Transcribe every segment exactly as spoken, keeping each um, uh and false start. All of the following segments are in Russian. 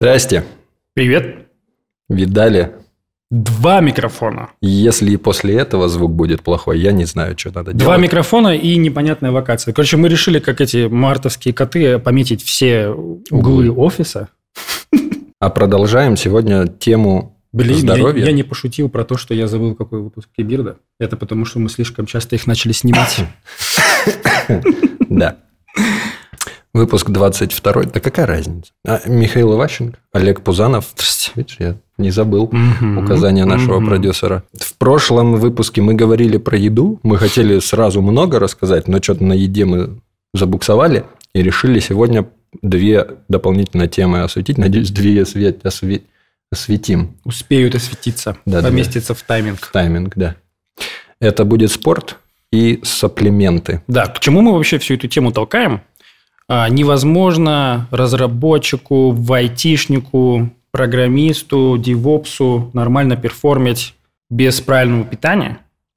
Здрасте. Привет. Видали? Два микрофона. Если и после этого звук будет плохой, я не знаю, что надо делать. Два микрофона и непонятная локация. Короче, мы решили, как эти мартовские коты, пометить все углы, углы. офиса. А продолжаем сегодня тему Блин, здоровья. Я, я не пошутил про то, что я забыл, какой выпуск Кибирда. Это потому, что мы слишком часто их начали снимать. Да. Выпуск двадцать второй. Да какая разница? А, Михаил Иващенко, Олег Пузанов. Видишь, я не забыл mm-hmm. указания нашего mm-hmm. продюсера. В прошлом выпуске мы говорили про еду. Мы хотели сразу много рассказать, но что-то на еде мы забуксовали. И решили сегодня две дополнительные темы осветить. Надеюсь, две освет... освет... осветим. Успеют осветиться. Да, поместиться да. в тайминг. В тайминг, да. Это будет спорт и сапплименты. Да, к чему мы вообще всю эту тему толкаем? Невозможно разработчику, айтишнику, программисту, девопсу нормально перформить без правильного питания,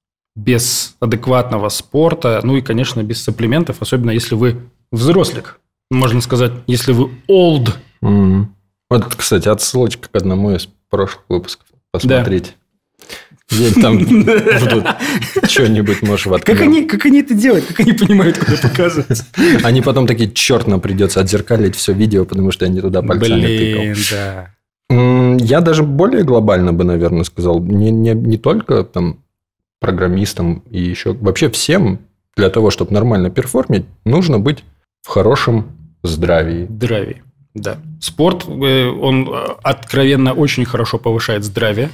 без адекватного спорта, ну и, конечно, без сапплиментов, особенно если вы взрослик. Можно сказать, если вы old. Mm-hmm. Вот, кстати, отсылочка к одному из прошлых выпусков. Посмотрите. Да. Где там ждут что-нибудь, может, воткнуть. Как они, как они это делают? Как они понимают, куда показывать? Они потом такие, черт, нам придется отзеркалить все видео, потому что я не туда пальцами Блин, тыкал. да. Я даже более глобально бы, наверное, сказал. Не, не, не только там программистам и еще вообще всем для того, чтобы нормально перформить, нужно быть в хорошем здравии. Здравии, да. Спорт, он откровенно очень хорошо повышает здравие.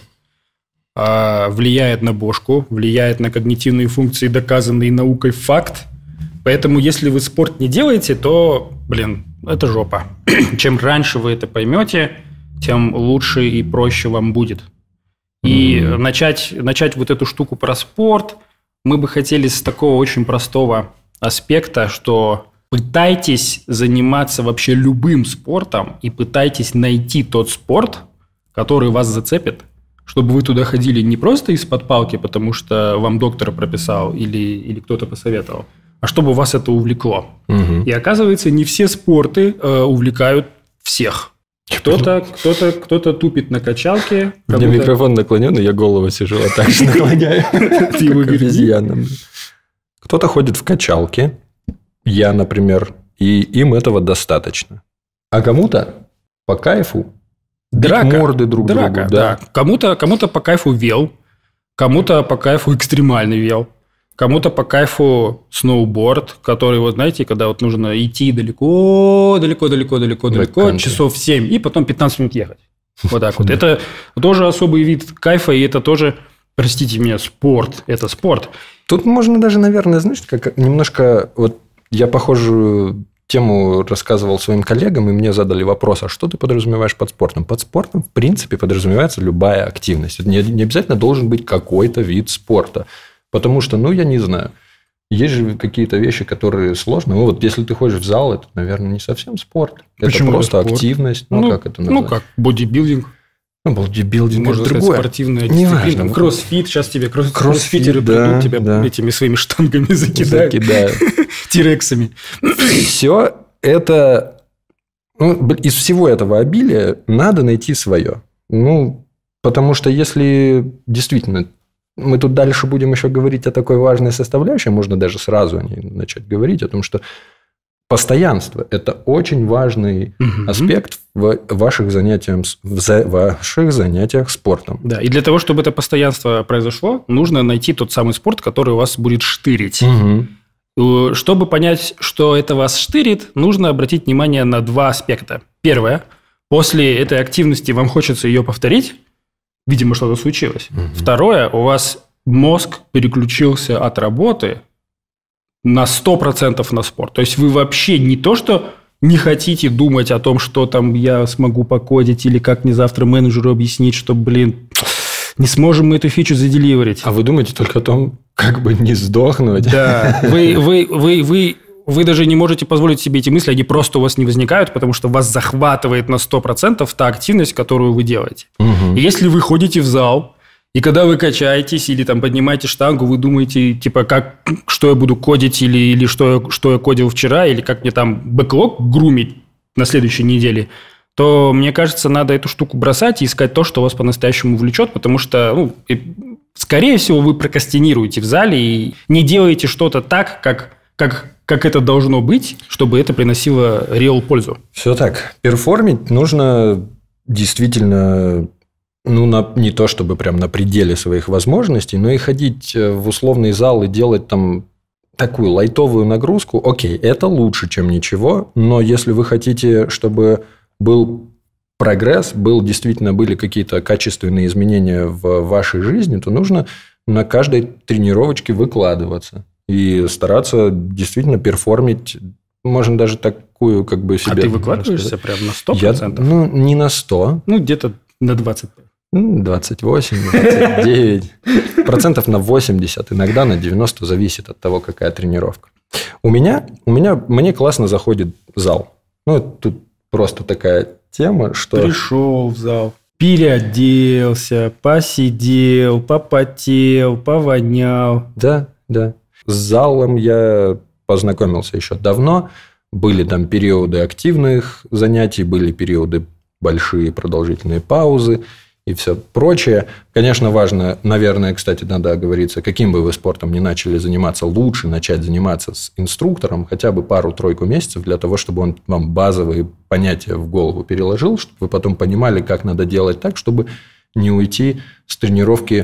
Влияет на бошку, влияет на когнитивные функции, доказанный наукой факт. Поэтому, если вы спорт не делаете, то, блин, это жопа. Чем раньше вы это поймете, тем лучше и проще вам будет. И mm-hmm. начать, начать вот эту штуку про спорт мы бы хотели с такого очень простого аспекта, что пытайтесь заниматься вообще любым спортом и пытайтесь найти тот спорт, который вас зацепит, чтобы вы туда ходили не просто из-под палки, потому что вам доктор прописал или, или кто-то посоветовал, а чтобы вас это увлекло. Угу. И оказывается, не все спорты э, увлекают всех. Кто-то, кто-то, кто-то тупит на качалке. У меня микрофон наклоненный, я голову сижу, а так же наклоняю. Ты его обезьяна. Кто-то ходит в качалке, я, например, и им этого достаточно. А кому-то по кайфу Драка, морды друг драка, другу, да. да. Кому-то, кому-то по кайфу вел, кому-то по кайфу экстремальный вел, кому-то по кайфу сноуборд, который, вот знаете, когда вот нужно идти далеко, далеко, далеко, далеко, далеко, часов семь, и потом пятнадцать минут ехать. Вот так вот. Это тоже особый вид кайфа, и это тоже, простите меня, спорт. Это спорт. Тут можно даже, наверное, знаешь, как немножко... Вот я похожую тему рассказывал своим коллегам, и мне задали вопрос, а что ты подразумеваешь под спортом? Под спортом, в принципе, подразумевается любая активность. Это не, не обязательно должен быть какой-то вид спорта. Потому что, ну, я не знаю, есть же какие-то вещи, которые сложны. Ну, вот если ты ходишь в зал, это, наверное, не совсем спорт. Почему это просто спорт? активность. Ну, ну, как это называется? Ну, как бодибилдинг. Ну, бодибилдинг, можно сказать, другое. спортивная не дисциплина. Важно. Кроссфит. Сейчас тебе кросс... Кроссфит, кроссфитеры да, придут, тебя да. этими своими штангами закидают. Закидают. Тирексами. Все это... Ну, из всего этого обилия надо найти свое. Ну, потому что если действительно... Мы тут дальше будем еще говорить о такой важной составляющей, можно даже сразу о ней начать говорить, о том, что постоянство – это очень важный угу. аспект в ваших занятиях, в ваших занятиях спортом. Да, и для того, чтобы это постоянство произошло, нужно найти тот самый спорт, который вас будет штырить. Угу. Чтобы понять, что это вас штырит, нужно обратить внимание на два аспекта. Первое – после этой активности вам хочется ее повторить, видимо, что-то случилось. Угу. Второе, у вас мозг переключился от работы на сто процентов на спорт. То есть вы вообще не то, что не хотите думать о том, что там я смогу покодить, или как мне завтра менеджеру объяснить, что, блин, не сможем мы эту фичу заделиверить. А вы думаете только о том, как бы не сдохнуть? Да, вы, вы, вы, вы, вы даже не можете позволить себе эти мысли, они просто у вас не возникают, потому что вас захватывает на сто процентов та активность, которую вы делаете. Угу. И если вы ходите в зал, и когда вы качаетесь или там поднимаете штангу, вы думаете, типа, как, что я буду кодить, или, или что, что я кодил вчера, или как мне там бэклог грумить на следующей неделе, то, мне кажется, надо эту штуку бросать и искать то, что вас по-настоящему влечет, потому что, ну, и, скорее всего, вы прокрастинируете в зале и не делаете что-то так, как, как, как это должно быть, чтобы это приносило реал пользу. Все так. Перформить нужно действительно, ну, на, не то чтобы прям на пределе своих возможностей, но и ходить в условный зал и делать там такую лайтовую нагрузку. Окей, это лучше, чем ничего, но если вы хотите, чтобы был прогресс, был, действительно были какие-то качественные изменения в вашей жизни, то нужно на каждой тренировочке выкладываться и стараться действительно перформить. Можно даже такую как бы себе... А ты выкладываешься прям на сто процентов? Я, ну, не на сто. Ну, где-то на двадцать. двадцать восемь, двадцать девять. Процентов на восемьдесят, иногда на девяносто, зависит от того, какая тренировка. У меня, у меня, мне классно заходит зал. Ну, тут просто такая тема, что... Пришел в зал, переоделся, посидел, попотел, повонял. Да, да. С залом я познакомился еще давно. Были там периоды активных занятий, были периоды большие продолжительные паузы и все прочее. Конечно, важно, наверное, кстати, надо оговориться, каким бы вы спортом ни начали заниматься, лучше начать заниматься с инструктором хотя бы пару-тройку месяцев для того, чтобы он вам базовые понятия в голову переложил, чтобы вы потом понимали, как надо делать так, чтобы не уйти с тренировки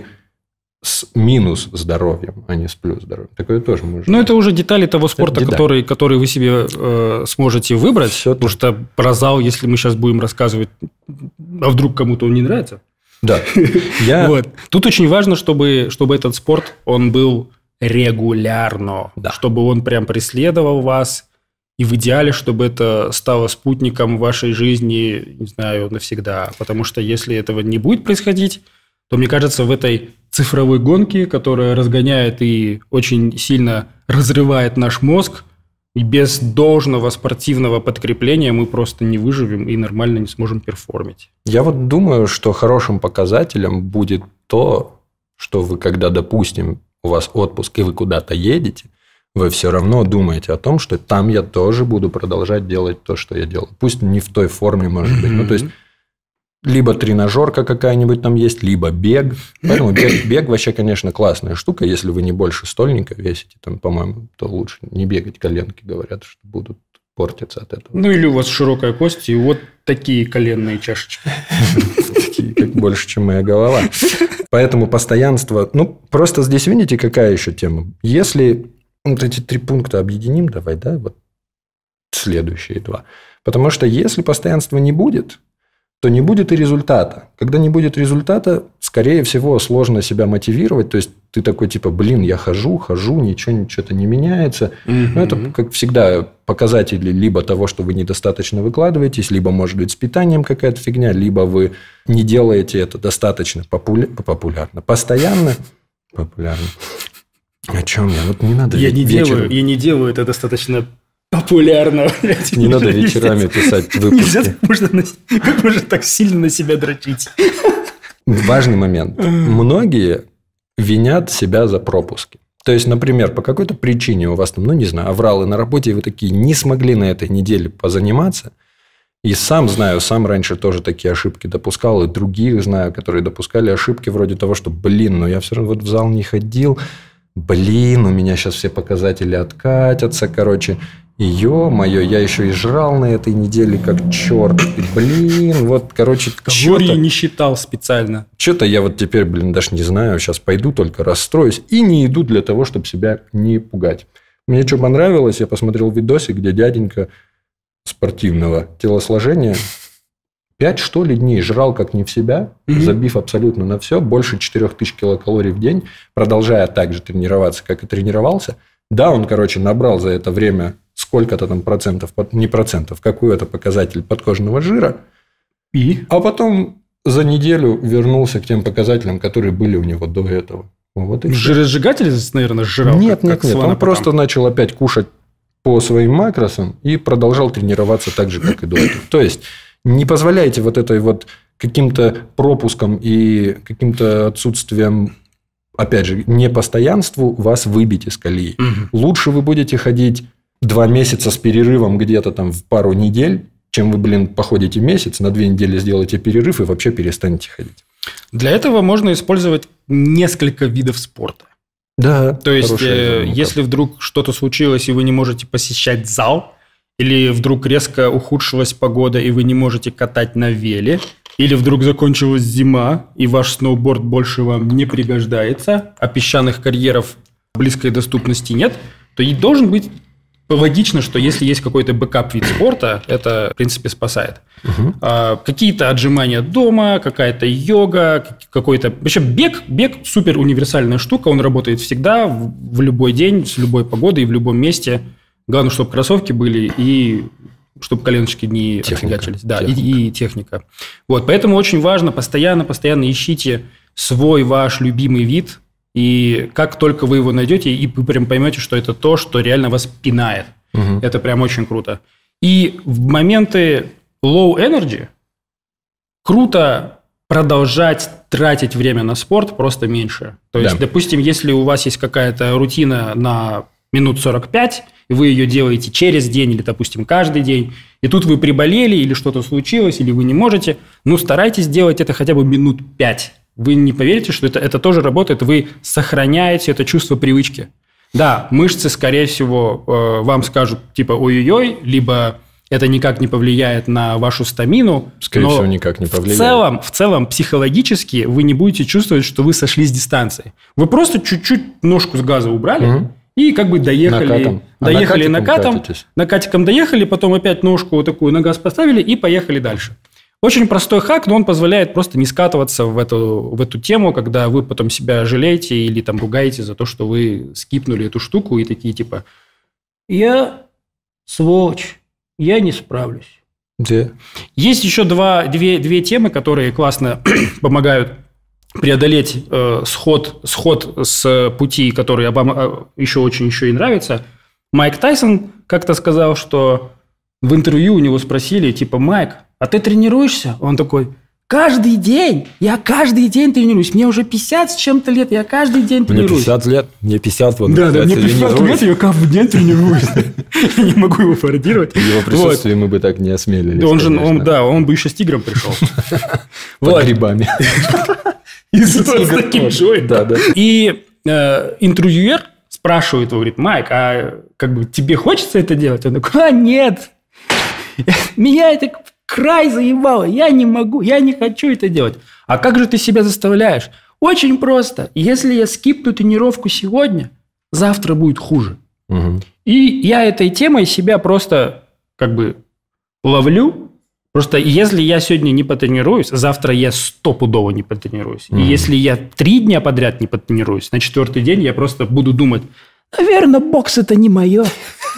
с минус здоровьем, а не с плюс здоровьем. Такое тоже можно. Ну, это уже детали того спорта, детали. который, который вы себе э, сможете выбрать. Все потому так. Что про зал, если мы сейчас будем рассказывать, а вдруг кому-то он не нравится. Да. Я... Вот. Тут очень важно, чтобы, чтобы этот спорт, он был регулярно. Да. Чтобы он прям преследовал вас. И в идеале, чтобы это стало спутником вашей жизни, не знаю, навсегда. Потому что если этого не будет происходить, то, мне кажется, в этой цифровой гонке, которая разгоняет и очень сильно разрывает наш мозг, и без должного спортивного подкрепления мы просто не выживем и нормально не сможем перформить. Я вот думаю, что хорошим показателем будет то, что вы, когда, допустим, у вас отпуск и вы куда-то едете, вы все равно думаете о том, что там я тоже буду продолжать делать то, что я делаю. Пусть не в той форме, может быть. Ну, то есть, либо тренажерка какая-нибудь там есть, либо бег. Поэтому бег, бег вообще, конечно, классная штука. Если вы не больше стольника весите, там, по-моему, то лучше не бегать. Коленки, говорят, что будут портиться от этого. Ну, или у вас широкая кость, и вот такие коленные чашечки. Такие, как больше, чем моя голова. Поэтому постоянство... Ну, просто здесь, видите, какая еще тема. Если... Вот эти три пункта объединим, давай, да, вот следующие два. Потому что если постоянства не будет, то не будет и результата. Когда не будет результата, скорее всего, сложно себя мотивировать. То есть, ты такой, типа, блин, я хожу, хожу, ничего, что-то не меняется. Mm-hmm. Ну, это, как всегда, показатели либо того, что вы недостаточно выкладываетесь, либо, может быть, с питанием какая-то фигня, либо вы не делаете это достаточно популя... популярно, постоянно. Популярно. О чем я? Вот не надо я, не делаю, я не делаю это достаточно популярно. Не надо вечерами писать выпуски. Нельзя, как можно, как можно так сильно на себя дрочить? Важный момент. Многие винят себя за пропуски. То есть, например, по какой-то причине у вас там, ну, не знаю, авралы на работе, и вы такие не смогли на этой неделе позаниматься. И сам знаю, сам раньше тоже такие ошибки допускал, и других знаю, которые допускали ошибки вроде того, что, блин, ну, я все равно вот в зал не ходил. Блин, у меня сейчас все показатели откатятся, короче. И ё-моё, я еще и жрал на этой неделе как черт. И, блин, вот, короче, калории не считал специально. Что-то я вот теперь, блин, даже не знаю. Сейчас пойду, только расстроюсь. И не иду для того, чтобы себя не пугать. Мне что понравилось, я посмотрел видосик, где дяденька спортивного телосложения пять, что ли, дней жрал как не в себя, mm-hmm. забив абсолютно на все, больше четырех тысяч килокалорий в день, продолжая так же тренироваться, как и тренировался. Да, он, короче, набрал за это время сколько-то там процентов, не процентов, какой-то показатель подкожного жира. И? А потом за неделю вернулся к тем показателям, которые были у него до этого. Вот жиросжигатель, наверное, сжирал? Нет, как, нет, как нет. Он просто начал опять кушать по своим макросам и продолжал тренироваться так же, как и до этого. То есть, не позволяйте вот этой вот каким-то пропускам и каким-то отсутствием, опять же, непостоянству вас выбить из колеи. Угу. Лучше вы будете ходить два месяца с перерывом где-то там в пару недель, чем вы, блин, походите месяц, на две недели сделаете перерыв и вообще перестанете ходить. Для этого можно использовать несколько видов спорта. Да. То есть, э, если вдруг что-то случилось, и вы не можете посещать зал, или вдруг резко ухудшилась погода, и вы не можете катать на веле, или вдруг закончилась зима, и ваш сноуборд больше вам не пригождается, а песчаных карьеров близкой доступности нет, то и должен быть логично, что если есть какой-то бэкап-вид спорта, это, в принципе, спасает. Угу. А, какие-то отжимания дома, какая-то йога, какой-то... Вообще бег, бег – супер универсальная штука, он работает всегда, в, в любой день, с любой погодой и в любом месте. Главное, чтобы кроссовки были и чтобы коленочки не отфигачились. Да, техника. И, и техника. Вот, поэтому очень важно постоянно-постоянно ищите свой ваш любимый вид. И как только вы его найдете, и вы прям поймете, что это то, что реально вас пинает. Угу. Это прям очень круто. И в моменты low energy круто продолжать тратить время на спорт просто меньше. То есть, да. допустим, если у вас есть какая-то рутина на минут сорок пять, и вы ее делаете через день или, допустим, каждый день, и тут вы приболели, или что-то случилось, или вы не можете, ну, старайтесь делать это хотя бы минут пять. Вы не поверите, что это, это тоже работает, вы сохраняете это чувство привычки. Да, мышцы, скорее всего, э, вам скажут типа ой-ой-ой, либо это никак не повлияет на вашу стамину. Скорее всего, никак не повлияет. В целом, в целом, психологически вы не будете чувствовать, что вы сошли с дистанции. Вы просто чуть-чуть ножку с газа убрали, угу. и как бы доехали, накатом. доехали а накатом, накатиком доехали, потом опять ножку вот такую на газ поставили и поехали дальше. Очень простой хак, но он позволяет просто не скатываться в эту, в эту тему, когда вы потом себя жалеете или там ругаете за то, что вы скипнули эту штуку и такие типа «Я сволочь, я не справлюсь». Где? Есть еще два, две, две темы, которые классно помогают преодолеть э, сход, сход с пути, который Обама еще очень еще и нравится. Майк Тайсон как-то сказал, что в интервью у него спросили, типа, Майк, а ты тренируешься? Он такой, каждый день, я каждый день тренируюсь. Мне уже пятьдесят с чем-то лет, я каждый день тренируюсь. Мне пятьдесят лет, мне пятьдесят вот. Да, да, мне пятьдесят лет, я каждый день тренируюсь. Я не могу его пародировать. В его присутствии мы бы так не осмелились. Да, он же, да, он бы еще с тигром пришел. Под грибами. И с таким джоем. Да, да. И интервьюер спрашивает его, говорит, Майк, а как бы тебе хочется это делать? Он такой, а нет, меня это край заебало, я не могу, я не хочу это делать. А как же ты себя заставляешь? Очень просто. Если я скипну тренировку сегодня, завтра будет хуже. Угу. И я этой темой себя просто как бы ловлю. Просто если я сегодня не потренируюсь, завтра я стопудово не потренируюсь. Угу. И если я три дня подряд не потренируюсь, на четвертый день я просто буду думать, наверное, бокс это не мое.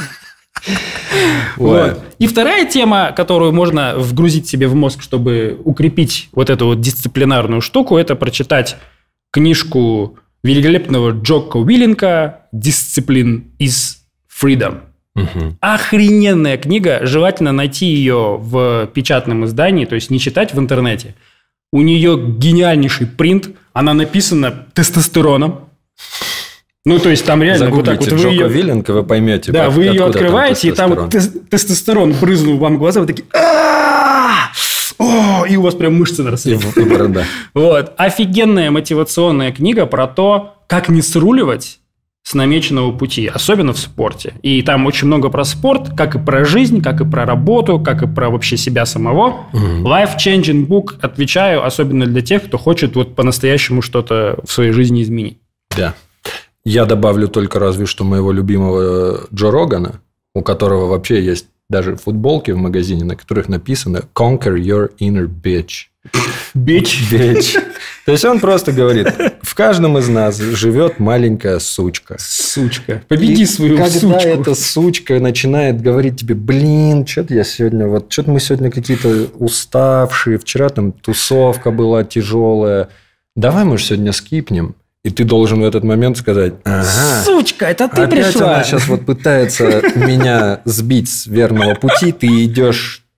Вот. И вторая тема, которую можно вгрузить себе в мозг, чтобы укрепить вот эту вот дисциплинарную штуку, это прочитать книжку великолепного Джоко Уиллинка «Discipline is Freedom». Угу. Охрененная книга, желательно найти ее в печатном издании, то есть не читать в интернете. У нее гениальнейший принт, она написана тестостероном. Ну, то есть, там реально... Загуглите вот так вот Джоко ее... Виллинг, и вы поймете. Да, вы ее открываете, там и там вот тестостерон брызнул вам в глаза, вы такие... О, и у вас прям мышцы наросли. Вот. Офигенная мотивационная книга про то, как не сруливать с намеченного пути, особенно в спорте. И там очень много про спорт, как и про жизнь, как и про работу, как и про вообще себя самого. Life-changing book, отвечаю, особенно для тех, кто хочет вот по-настоящему что-то в своей жизни изменить. Да. Я добавлю только разве что моего любимого Джо Рогана, у которого вообще есть даже футболки в магазине, на которых написано «Conquer your inner bitch». Bitch? Bitch. То есть, он просто говорит, в каждом из нас живет маленькая сучка. Сучка. Победи и свою когда сучку. Когда эта сучка начинает говорить тебе, блин, что-то я сегодня, вот что-то мы сегодня какие-то уставшие, вчера там тусовка была тяжелая, давай мы же сегодня скипнем. И ты должен в этот момент сказать, ага, сучка, это ты опять пришла. Она сейчас вот пытается меня сбить с верного пути, ты идешь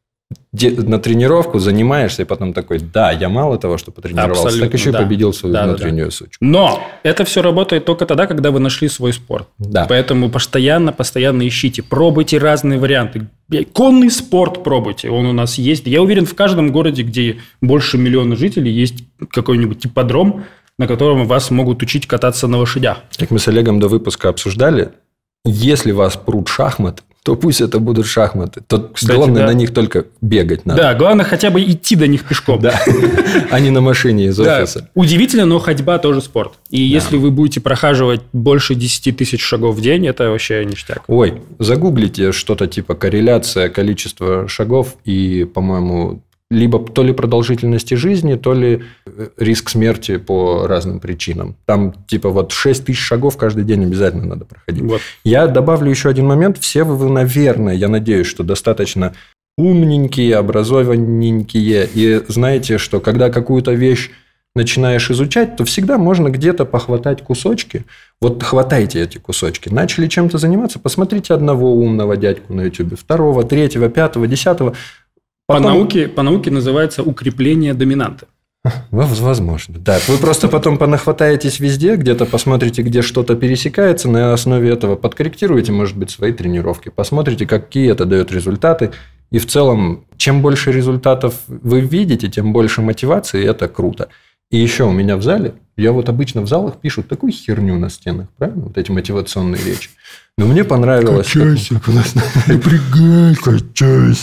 на тренировку, занимаешься, и потом такой, да, я мало того, что потренировался, Абсолютно, так еще да. и победил свою да, внутреннюю да. сучку. Но это все работает только тогда, когда вы нашли свой спорт. Да. Поэтому постоянно, постоянно ищите, пробуйте разные варианты. Конный спорт пробуйте, он у нас есть. Я уверен, в каждом городе, где больше миллиона жителей, есть какой-нибудь ипподром, на котором вас могут учить кататься на лошадях. Как мы с Олегом до выпуска обсуждали, если вас прут шахматы, то пусть это будут шахматы. То Кстати, главное да. на них только бегать надо. Да, главное хотя бы идти до них пешком. Да, а не на машине из Да. офиса. Удивительно, но ходьба тоже спорт. И если вы будете прохаживать больше десять тысяч шагов в день, это вообще ништяк. Ой, загуглите что-то типа корреляция количества шагов и, по-моему, либо то ли продолжительности жизни, то ли риск смерти по разным причинам. Там типа вот шесть тысяч шагов каждый день обязательно надо проходить. Вот. Я добавлю еще один момент. Все вы, наверное, я надеюсь, что достаточно умненькие, образованненькие. И знаете, что когда какую-то вещь начинаешь изучать, то всегда можно где-то похватать кусочки. Вот хватайте эти кусочки. Начали чем-то заниматься, посмотрите одного умного дядьку на YouTube, второго, третьего, пятого, десятого. Потом... По, науке, по науке называется укрепление доминанты. Возможно, да. Вы просто потом понахватаетесь везде, где-то посмотрите, где что-то пересекается, на основе этого подкорректируете, может быть, свои тренировки, посмотрите, какие это дает результаты. И в целом, чем больше результатов вы видите, тем больше мотивации, и это круто. И еще у меня в зале, я вот обычно в залах пишут такую херню на стенах, правильно? Вот эти мотивационные речи. Но мне понравилось... Качайся, напрягай, качайся.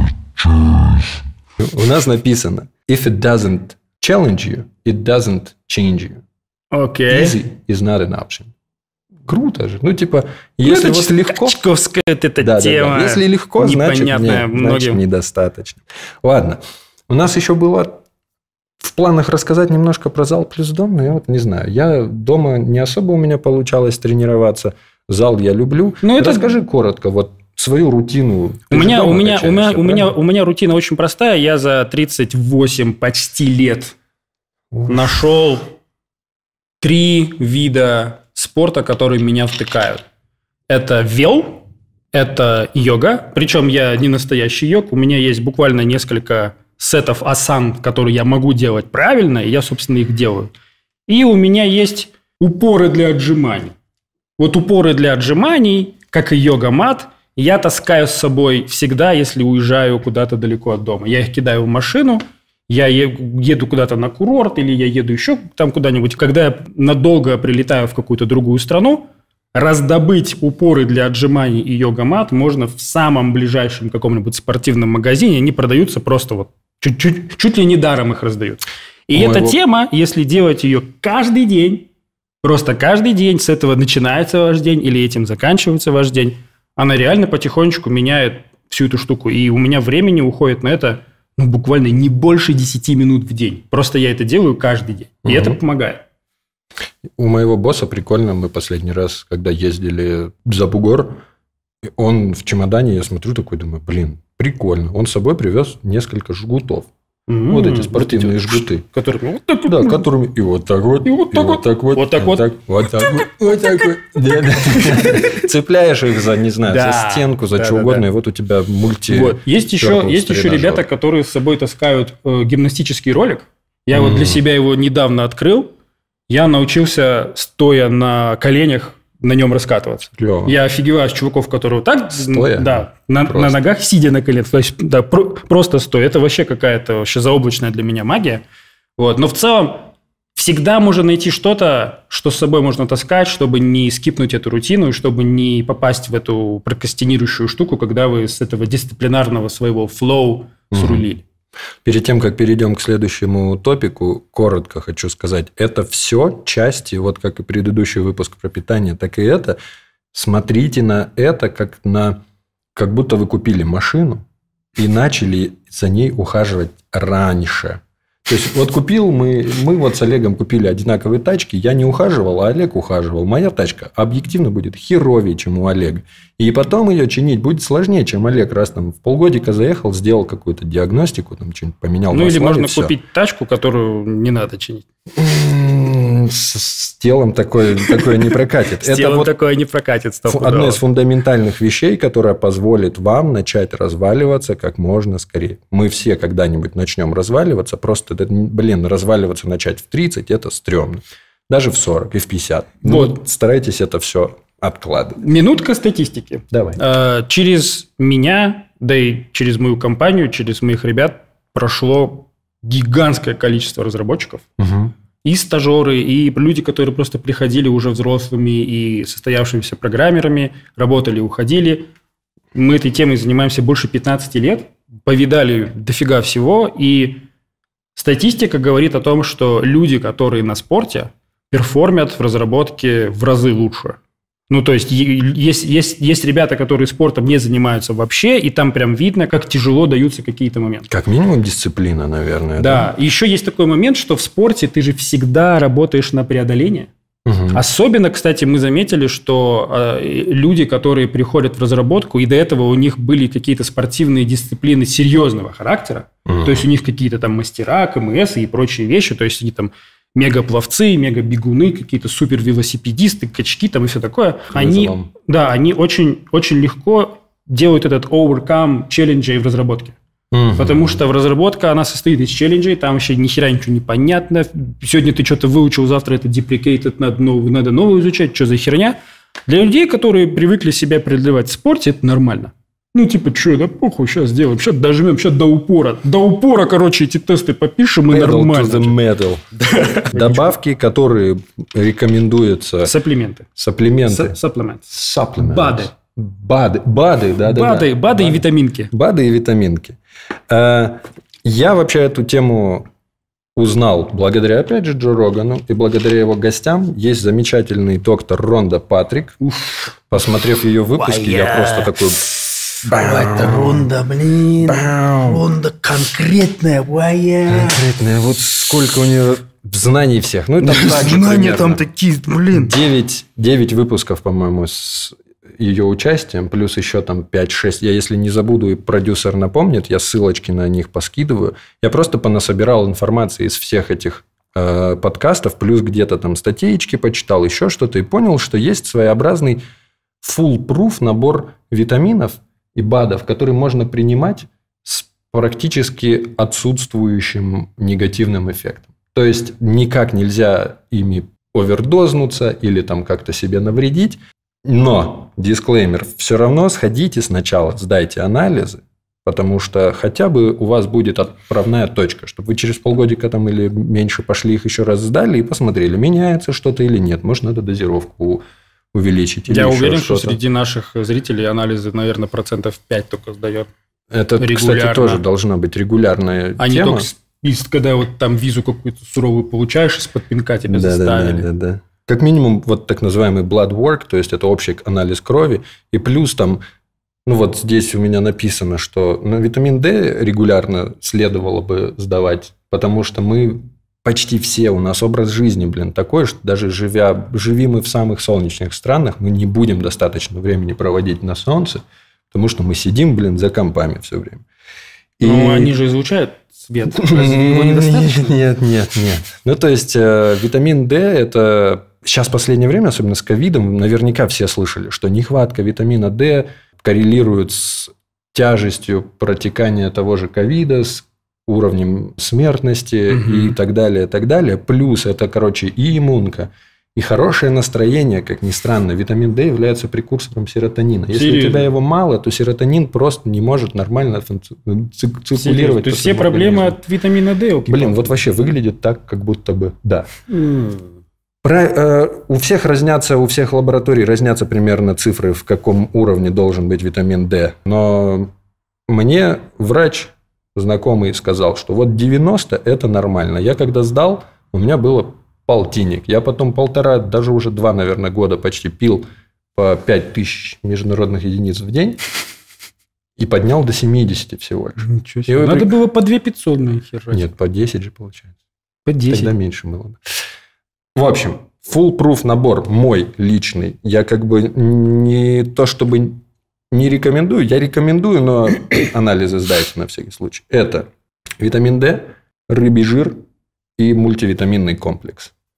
У нас написано: if it doesn't challenge you, it doesn't change you. Окей. Easy is not an option. Круто же. Ну, типа, если ну, вот это легко... чкачковская вот эта да, тема. Да, да. Если легко, значит, нет, значит, многим. недостаточно. Ладно. У нас еще было в планах рассказать немножко про зал плюс дом, но я вот не знаю. Я дома не особо у меня получалось тренироваться. Зал я люблю. Ну, это... Расскажи коротко, вот свою рутину. У меня, у, меня, у, меня, у, меня, у меня рутина очень простая. Я за тридцать восемь почти лет Ух. нашел три вида спорта, которые меня втыкают. Это вел, это йога. Причем я не настоящий йог. У меня есть буквально несколько сетов асан, которые я могу делать правильно, и я, собственно, их делаю. И у меня есть упоры для отжиманий. Вот упоры для отжиманий, как и йога-мат, я таскаю с собой всегда, если уезжаю куда-то далеко от дома. Я их кидаю в машину, я еду куда-то на курорт, или я еду еще там куда-нибудь. Когда я надолго прилетаю в какую-то другую страну, раздобыть упоры для отжиманий и йога-мат можно в самом ближайшем каком-нибудь спортивном магазине. Они продаются просто вот чуть-чуть, чуть ли не даром их раздают. И Ой, эта вот. тема, если делать ее каждый день, просто каждый день, с этого начинается ваш день или этим заканчивается ваш день, она реально потихонечку меняет всю эту штуку. И у меня времени уходит на это ну, буквально не больше десяти минут в день. Просто я это делаю каждый день. И угу. это помогает. У моего босса прикольно. Мы последний раз, когда ездили за бугор, он в чемодане, я смотрю, такой, думаю, блин, прикольно. Он с собой привез несколько жгутов. Mm-hmm. Вот эти спортивные вот эти, жгуты. Которыми вот так вот. Да, которыми и вот так вот. И вот так, и вот. Так вот. Вот так вот. Вот так вот. Вот так вот. Цепляешь их за, не знаю, за стенку, за что угодно, и вот у тебя мульти... Есть еще ребята, которые с собой таскают гимнастический ролик. Я вот для себя его недавно открыл. Я научился, стоя на коленях, на нем раскатываться. Клево. Я офигеваю с чуваков, которые так стоя? Да, на, на ногах, сидя на коленях. То есть, да, про, просто стоя. Это вообще какая-то вообще заоблачная для меня магия. Вот. Но в целом всегда можно найти что-то, что с собой можно таскать, чтобы не скипнуть эту рутину и чтобы не попасть в эту прокрастинирующую штуку, когда вы с этого дисциплинарного своего флоу срулили. Перед тем, как перейдем к следующему топику, коротко хочу сказать, это все части, вот как и предыдущий выпуск про питание, так и это. Смотрите на это как на, как будто вы купили машину и начали за ней ухаживать раньше. То есть, вот купил мы, мы вот с Олегом купили одинаковые тачки, я не ухаживал, а Олег ухаживал. Моя тачка объективно будет херовее, чем у Олега. И потом ее чинить будет сложнее, чем Олег. Раз там в полгодика заехал, сделал какую-то диагностику, там что-нибудь поменял. Ну, или можно все. Купить тачку, которую не надо чинить. телом такое, такое не прокатит. С телом такое не прокатит. Одно из фундаментальных вещей, которое позволит вам начать разваливаться как можно скорее. Мы все когда-нибудь начнем разваливаться, просто, блин, разваливаться начать в тридцать – это стрёмно. Даже в сорок и в пятьдесят. Вот. Ну, старайтесь это все откладывать. Минутка статистики. Давай. Через меня, да и через мою компанию, через моих ребят прошло гигантское количество разработчиков. Угу. И стажеры, и люди, которые просто приходили уже взрослыми и состоявшимися программерами, работали, уходили. Мы этой темой занимаемся больше пятнадцати лет, повидали дофига всего, и статистика говорит о том, что люди, которые на спорте, перформят в разработке в разы лучше. Ну, то есть, есть, есть, есть ребята, которые спортом не занимаются вообще, и там прям видно, как тяжело даются какие-то моменты. Как минимум дисциплина, наверное. Да, да. И еще есть такой момент, что в спорте ты же всегда работаешь на преодоление. Угу. Особенно, кстати, мы заметили, что э, люди, которые приходят в разработку, и до этого у них были какие-то спортивные дисциплины серьезного характера, угу. то есть, у них какие-то там мастера, КМС и прочие вещи, то есть, они там... мега-пловцы, мега-бегуны, какие-то супер-велосипедисты, качки там и все такое. Они, да, они очень, очень легко делают этот overcome челленджей в разработке. Угу. Потому что в разработке она состоит из челленджей, там вообще ни хера ничего не понятно. Сегодня ты что-то выучил, завтра это deprecated, надо новое, надо новое изучать, что за херня. Для людей, которые привыкли себя преодолевать в спорте, это нормально. Ну, типа, что, да похуй, сейчас сделаем, сейчас дожмем, сейчас до упора. До упора, короче, эти тесты попишем, и нормально. To the metal. Добавки, которые рекомендуются. Сапплименты. Сапплименты. Сапплименты. Бады. Бады, бады, да, да. Бады, бады и витаминки. Бады и витаминки. Я вообще эту тему узнал благодаря, опять же, Джо Рогану и благодаря его гостям. Есть замечательный доктор Ронда Патрик. Уф. Посмотрев ее выпуски, я просто такой... Это Ронда, блин. Ронда конкретная, вая. Конкретная. Вот сколько у нее знаний всех. Ну, там знания там такие, блин. девять выпусков, по-моему, с ее участием, плюс еще там пять-шесть. Я, если не забуду, и продюсер напомнит, я ссылочки на них поскидываю. Я просто понасобирал информации из всех этих э, подкастов, плюс где-то там статейки почитал, еще что-то, и понял, что есть своеобразный full-proof набор витаминов и БАДов, которые можно принимать с практически отсутствующим негативным эффектом. То есть, никак нельзя ими овердознуться или там как-то себе навредить. Но, дисклеймер, все равно сходите сначала, сдайте анализы, потому что хотя бы у вас будет отправная точка, чтобы вы через полгодика там или меньше пошли их еще раз сдали и посмотрели, меняется что-то или нет. Может, надо дозировку увеличить. Или Я уверен, что-то. что среди наших зрителей анализы, наверное, процентов пять только сдает. Это, регулярно. Кстати, тоже должна быть регулярная а тема. А не только, когда вот там визу какую-то суровую получаешь, из-под пинка тебя да, заставили. Да, да, да, да. Как минимум, вот так называемый blood work, то есть, это общий анализ крови. И плюс там, ну, вот здесь у меня написано, что на витамин D регулярно следовало бы сдавать, потому что мы... Почти все, у нас образ жизни, блин, такой, что даже живя, живи мы в самых солнечных странах, мы не будем достаточно времени проводить на солнце, потому что мы сидим, блин, за компами все время. И... Ну, они же излучают свет. Разве его недостаточно? Нет, нет, нет. Ну, то есть, витамин D – это... Сейчас в последнее время, особенно с ковидом, наверняка все слышали, что нехватка витамина D коррелирует с тяжестью протекания того же ковида, с уровнем смертности угу. и так далее, и так далее. Плюс это, короче, и иммунка, и хорошее настроение, как ни странно. Витамин D является прекурсором серотонина. Если Серьезно? у тебя его мало, то серотонин просто не может нормально циркулировать. То есть, все проблемы от витамина D? Okay, Блин, вот вообще выглядит так, как будто бы да. Mm. Про, э, у всех разнятся, у всех лабораторий разнятся примерно цифры, в каком уровне должен быть витамин D. Но мне врач... знакомый сказал, что вот девяносто – это нормально. Я когда сдал, у меня было полтинник. Я потом полтора, даже уже два, наверное, года почти пил по пять тысяч международных единиц в день и поднял до семидесяти всего лишь. Ничего себе. Надо при... было по две тысячи пятьсот на хер. Нет, по десять же получается. По десять? Тогда меньше было бы. В общем, full-proof набор мой личный. Я как бы не то, чтобы... Не рекомендую, я рекомендую, но анализы сдайте на всякий случай. Это витамин D, рыбий жир и мультивитаминный комплекс.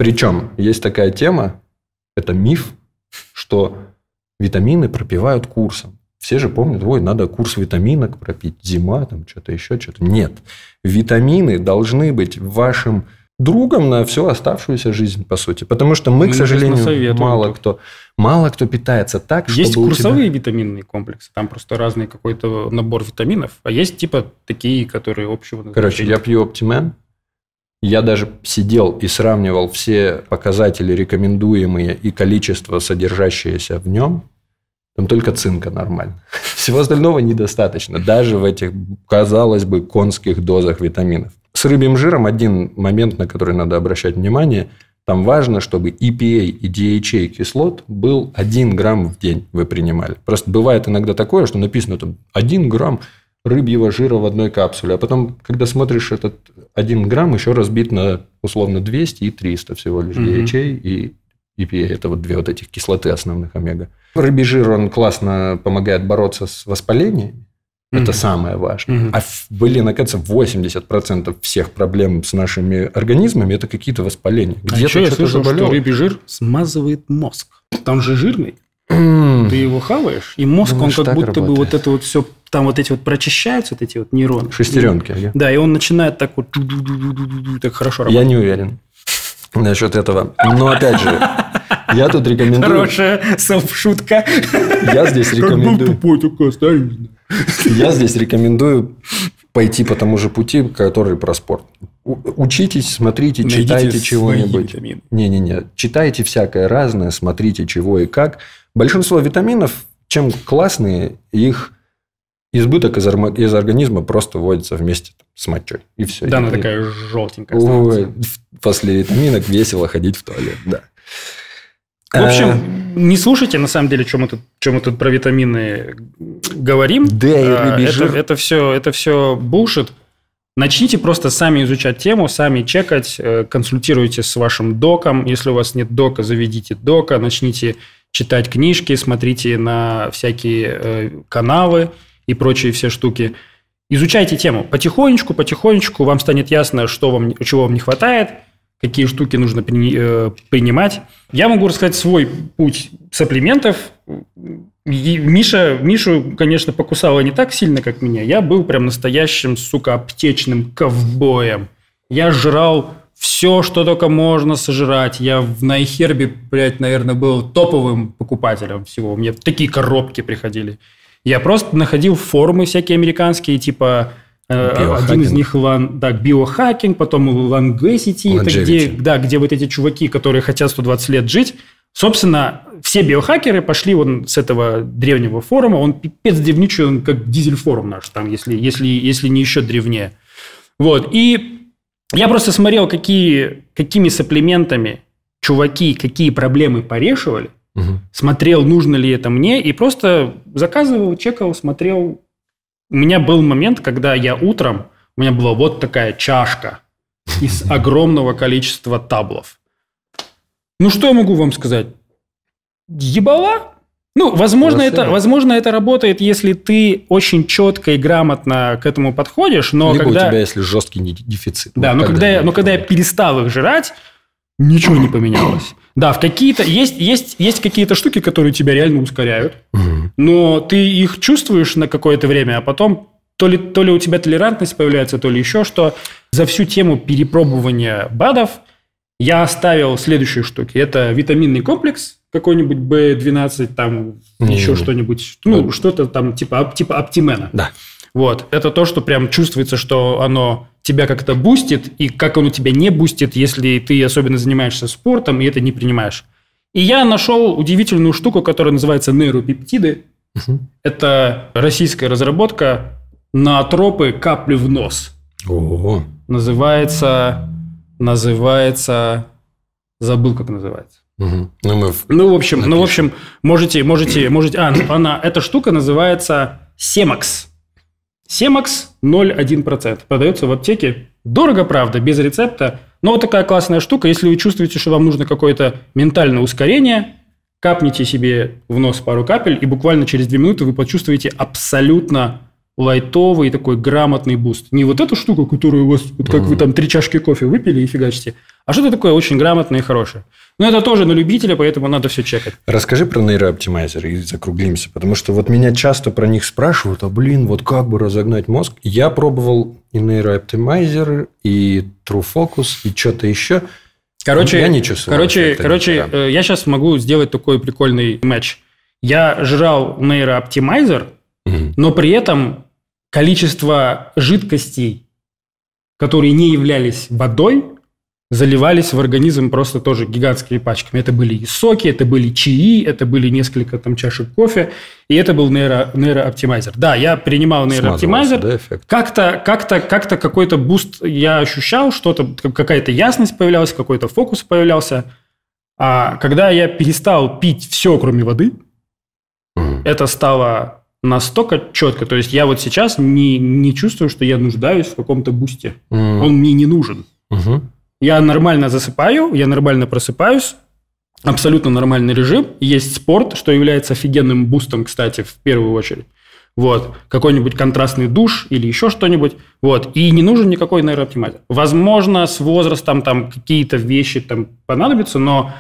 Причем есть такая тема, это миф, что витамины пропивают курсом. Все же помнят, ой, надо курс витаминок пропить, зима, там что-то еще, что-то. Нет. Витамины должны быть вашим другом на всю оставшуюся жизнь, по сути. Потому что мы, мы к сожалению, мало кто, мало кто питается так, есть чтобы есть курсовые тебя... витаминные комплексы. Там просто разный какой-то набор витаминов. А есть типа такие, которые общего назначения. Короче, я пью Optimen. Я даже сидел и сравнивал все показатели рекомендуемые и количество, содержащееся в нем. Там только цинка нормально. Всего остального недостаточно. Даже в этих, казалось бы, конских дозах витаминов. С рыбьим жиром один момент, на который надо обращать внимание. Там важно, чтобы и пи эй, и ди эйч эй кислот был один грамм в день вы принимали. Просто бывает иногда такое, что написано там один грамм рыбьего жира в одной капсуле. А потом, когда смотришь, этот один грамм еще разбит на условно двести и триста всего лишь ди эйч эй и и пи эй. Это вот две вот этих кислоты основных омега. Рыбий жир, он классно помогает бороться с воспалением. Mm-hmm. Это самое важное. Mm-hmm. А, блин, оказывается, восемьдесят процентов всех проблем с нашими организмами – это какие-то воспаления. А еще я слышал, что рыбий жир смазывает мозг. Там же жирный. Mm. Ты его хаваешь, и мозг, Думаешь, он как будто работает. бы вот это вот все, там вот эти вот прочищаются, вот эти вот нейроны. Шестеренки. И, да, и он начинает так вот так хорошо работать. Я не уверен насчет этого. Но опять же, я тут рекомендую... Хорошая селф-шутка. Я здесь рекомендую... Как был тупой, такой Я здесь рекомендую пойти по тому же пути, который про спорт. Учитесь, смотрите, Найдите читайте чего-нибудь. Не-не-не. Читайте всякое разное, смотрите, чего и как. Большинство витаминов, чем классные, их избыток из, из организма просто вводится вместе там, с мочой. И все. Да, она и... такая желтенькая. Ой, после витаминок весело ходить в туалет, да. В общем, не слушайте, на самом деле, что мы тут, что мы тут про витамины говорим. Да, и рыбий жир. Это, это, все, это все bullshit. Начните просто сами изучать тему, сами чекать, консультируйте с вашим доком. Если у вас нет дока, заведите дока, начните читать книжки, смотрите на всякие каналы и прочие все штуки. Изучайте тему. Потихонечку, потихонечку вам станет ясно, что вам, чего вам не хватает, какие штуки нужно принимать. Я могу рассказать свой путь сапплиментов. Миша, Мишу, конечно, покусала не так сильно, как меня. Я был прям настоящим, сука, аптечным ковбоем. Я жрал все, что только можно сожрать. Я на iHerb, блядь, наверное, был топовым покупателем всего. У меня такие коробки приходили. Я просто находил форумы всякие американские, типа... Один из них лан, да, биохакинг, потом longevity, это где, да, где вот эти чуваки, которые хотят сто двадцать лет жить. Собственно, все биохакеры пошли вон с этого древнего форума. Он пипец древничий, он как дизель-форум наш, там, если, если, если не еще древнее. Вот. И я просто смотрел, какие, какими сапплиментами чуваки, какие проблемы порешивали. Угу. Смотрел, нужно ли это мне. И просто заказывал, чекал, смотрел... У меня был момент, когда я утром, у меня была вот такая чашка из огромного количества таблов. Ну, что я могу вам сказать? Ебала? Ну, возможно это, возможно, это работает, если ты очень четко и грамотно к этому подходишь, но Либо когда... у тебя, если жесткий дефицит. Да, но когда, я, но когда я перестал их жрать, ничего не поменялось. Да, в какие-то есть, есть, есть какие-то штуки, которые тебя реально ускоряют, угу. но ты их чувствуешь на какое-то время, а потом то ли, то ли у тебя толерантность появляется, то ли еще что. За всю тему перепробования БАДов я оставил следующие штуки. Это витаминный комплекс, какой-нибудь бэ двенадцать, там не, еще не, что-нибудь, ну, не. что-то там типа, типа Оптимена. Да. Вот. Это то, что прям чувствуется, что оно тебя как-то бустит, и как оно тебя не бустит, если ты особенно занимаешься спортом и это не принимаешь. И я нашел удивительную штуку, которая называется нейропептиды. Угу. Это российская разработка ноотропы капли в нос. Ого. Называется... Называется... Забыл, как называется. Угу. Ну, мы в... ну, в общем, ну, в общем, можете... можете, можете а, она, эта штука называется Семакс. Семакс ноль целых одна десятая процента. Продается в аптеке. Дорого, правда, без рецепта. Но вот такая классная штука. Если вы чувствуете, что вам нужно какое-то ментальное ускорение, капните себе в нос пару капель, и буквально через две минуты вы почувствуете абсолютно лайтовый, такой грамотный буст. Не вот эта штука, которая у вас, вот как mm-hmm. вы там три чашки кофе выпили и фигачите, а что-то такое очень грамотное и хорошее. Но это тоже на любителя, поэтому надо все чекать. Расскажи про нейрооптимайзер и закруглимся. Потому что вот меня часто про них спрашивают, а блин, вот как бы разогнать мозг? Я пробовал и нейрооптимайзер, и True Focus, и что-то еще. Короче, я не чувствую. Короче, короче я сейчас могу сделать такой прикольный матч. Я жрал нейрооптимайзер, угу. но при этом количество жидкостей, которые не являлись водой, заливались в организм просто тоже гигантскими пачками. Это были и соки, это были чаи, это были несколько там чашек кофе, и это был нейро, нейрооптимайзер. Да, я принимал нейрооптимайзер. Да, как-то, как-то, как-то какой-то буст я ощущал, что-то, какая-то ясность появлялась, какой-то фокус появлялся. А когда я перестал пить все, кроме воды, mm. это стало настолько четко. То есть я вот сейчас не, не чувствую, что я нуждаюсь в каком-то бусте. Mm. Он мне не нужен. Mm-hmm. Я нормально засыпаю, я нормально просыпаюсь, абсолютно нормальный режим. Есть спорт, что является офигенным бустом, кстати, в первую очередь. Вот. Какой-нибудь контрастный душ или еще что-нибудь. Вот. И не нужен никакой нейрооптимайзер. Возможно, с возрастом там какие-то вещи там понадобятся, но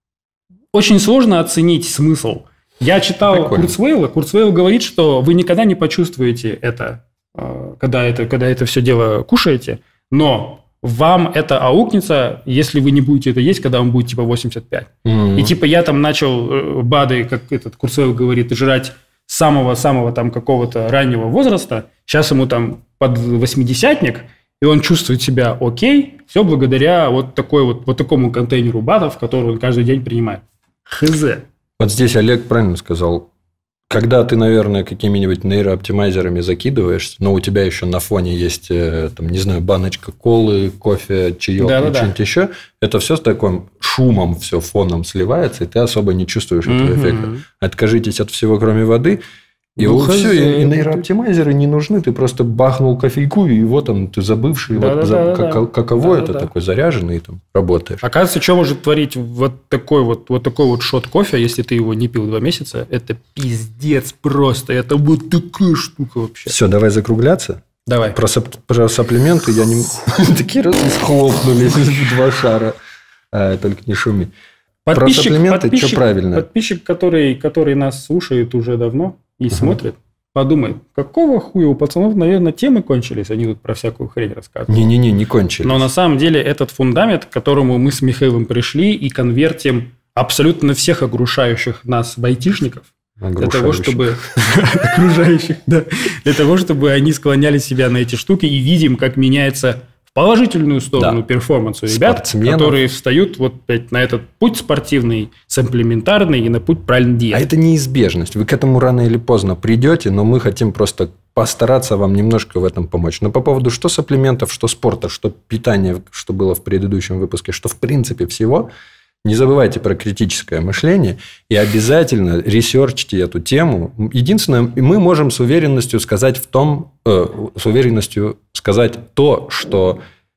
очень сложно оценить смысл. Я читал Курцвейла. Курцвейл говорит, что вы никогда не почувствуете это, когда это, когда это все дело кушаете, но вам это аукнется, если вы не будете это есть, когда вам будет типа восемьдесят пять. Mm-hmm. И типа я там начал БАДы, как этот Курцвейл говорит, жрать с самого-самого там какого-то раннего возраста. Сейчас ему там под восьмидесятник, и он чувствует себя окей. Все благодаря вот, такой вот, вот такому контейнеру БАДов, который он каждый день принимает. Хз. Вот здесь Олег правильно сказал. Когда ты, наверное, какими-нибудь нейрооптимайзерами закидываешься, но у тебя еще на фоне есть, там, не знаю, баночка колы, кофе, чаек, да, и да, что-нибудь да. еще, это все с таким шумом, все фоном сливается, и ты особо не чувствуешь этого угу. эффекта. Откажитесь от всего, кроме воды, и ну, вот все, и, и нейрооптимайзеры не нужны, ты просто бахнул кофейку, и вот он, ты забывший, да, вот, да, за, да, как, да. каково да, это, да. такой заряженный, там, работаешь. Оказывается, что может творить вот такой вот, вот такой вот шот кофе, если ты его не пил два месяца, это пиздец просто, это вот такая штука вообще. Все, давай закругляться. Давай. Про, соп, про сапплименты я не... Такие раз схлопнулись в два шара, только не шуми. Про сапплименты, что правильно? Подписчик, который, который нас слушает уже давно, и uh-huh. смотрит, подумает, какого хуя у пацанов, наверное, темы кончились, они тут про всякую хрень рассказывают. Не-не-не, не кончились. Но на самом деле этот фундамент, к которому мы с Михаилом пришли и конвертим абсолютно всех огрушающих нас айтишников, для того, чтобы... Окружающих, да. Для того, чтобы они склоняли себя на эти штуки и видим, как меняется... в положительную сторону да. перформанса ребят, которые встают вот на этот путь спортивный, сэмплементарный и на путь правильной диеты. А это неизбежность. Вы к этому рано или поздно придете, но мы хотим просто постараться вам немножко в этом помочь. Но по поводу что сапплементов, что спорта, что питания, что было в предыдущем выпуске, что в принципе всего, не забывайте про критическое мышление и обязательно ресерчите эту тему. Единственное, мы можем с уверенностью сказать в том, э, с уверенностью сказать то, что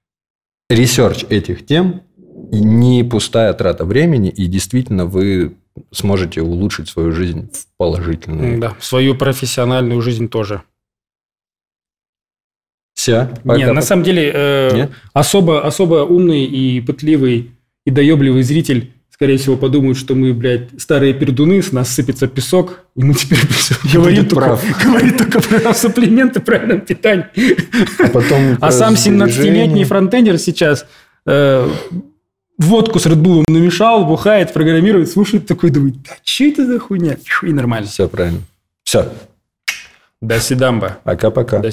ресерч этих тем не пустая трата времени, и действительно вы сможете улучшить свою жизнь в положительную. Да, свою профессиональную жизнь тоже. Все. Нет, на самом деле э, особо, особо умный и пытливый и доебливый зритель, скорее всего, подумают, что мы, блядь, старые пердуны, с нас сыпется песок, и мы теперь говорим только, говорим только про сапплименты, правильном питании. А, потом а сам семнадцатилетний фронтендер сейчас э, водку с Редбулом намешал, бухает, программирует, слушает, такой думает, да что это за хуйня? И нормально. Все правильно. Все. До свидания. Пока-пока.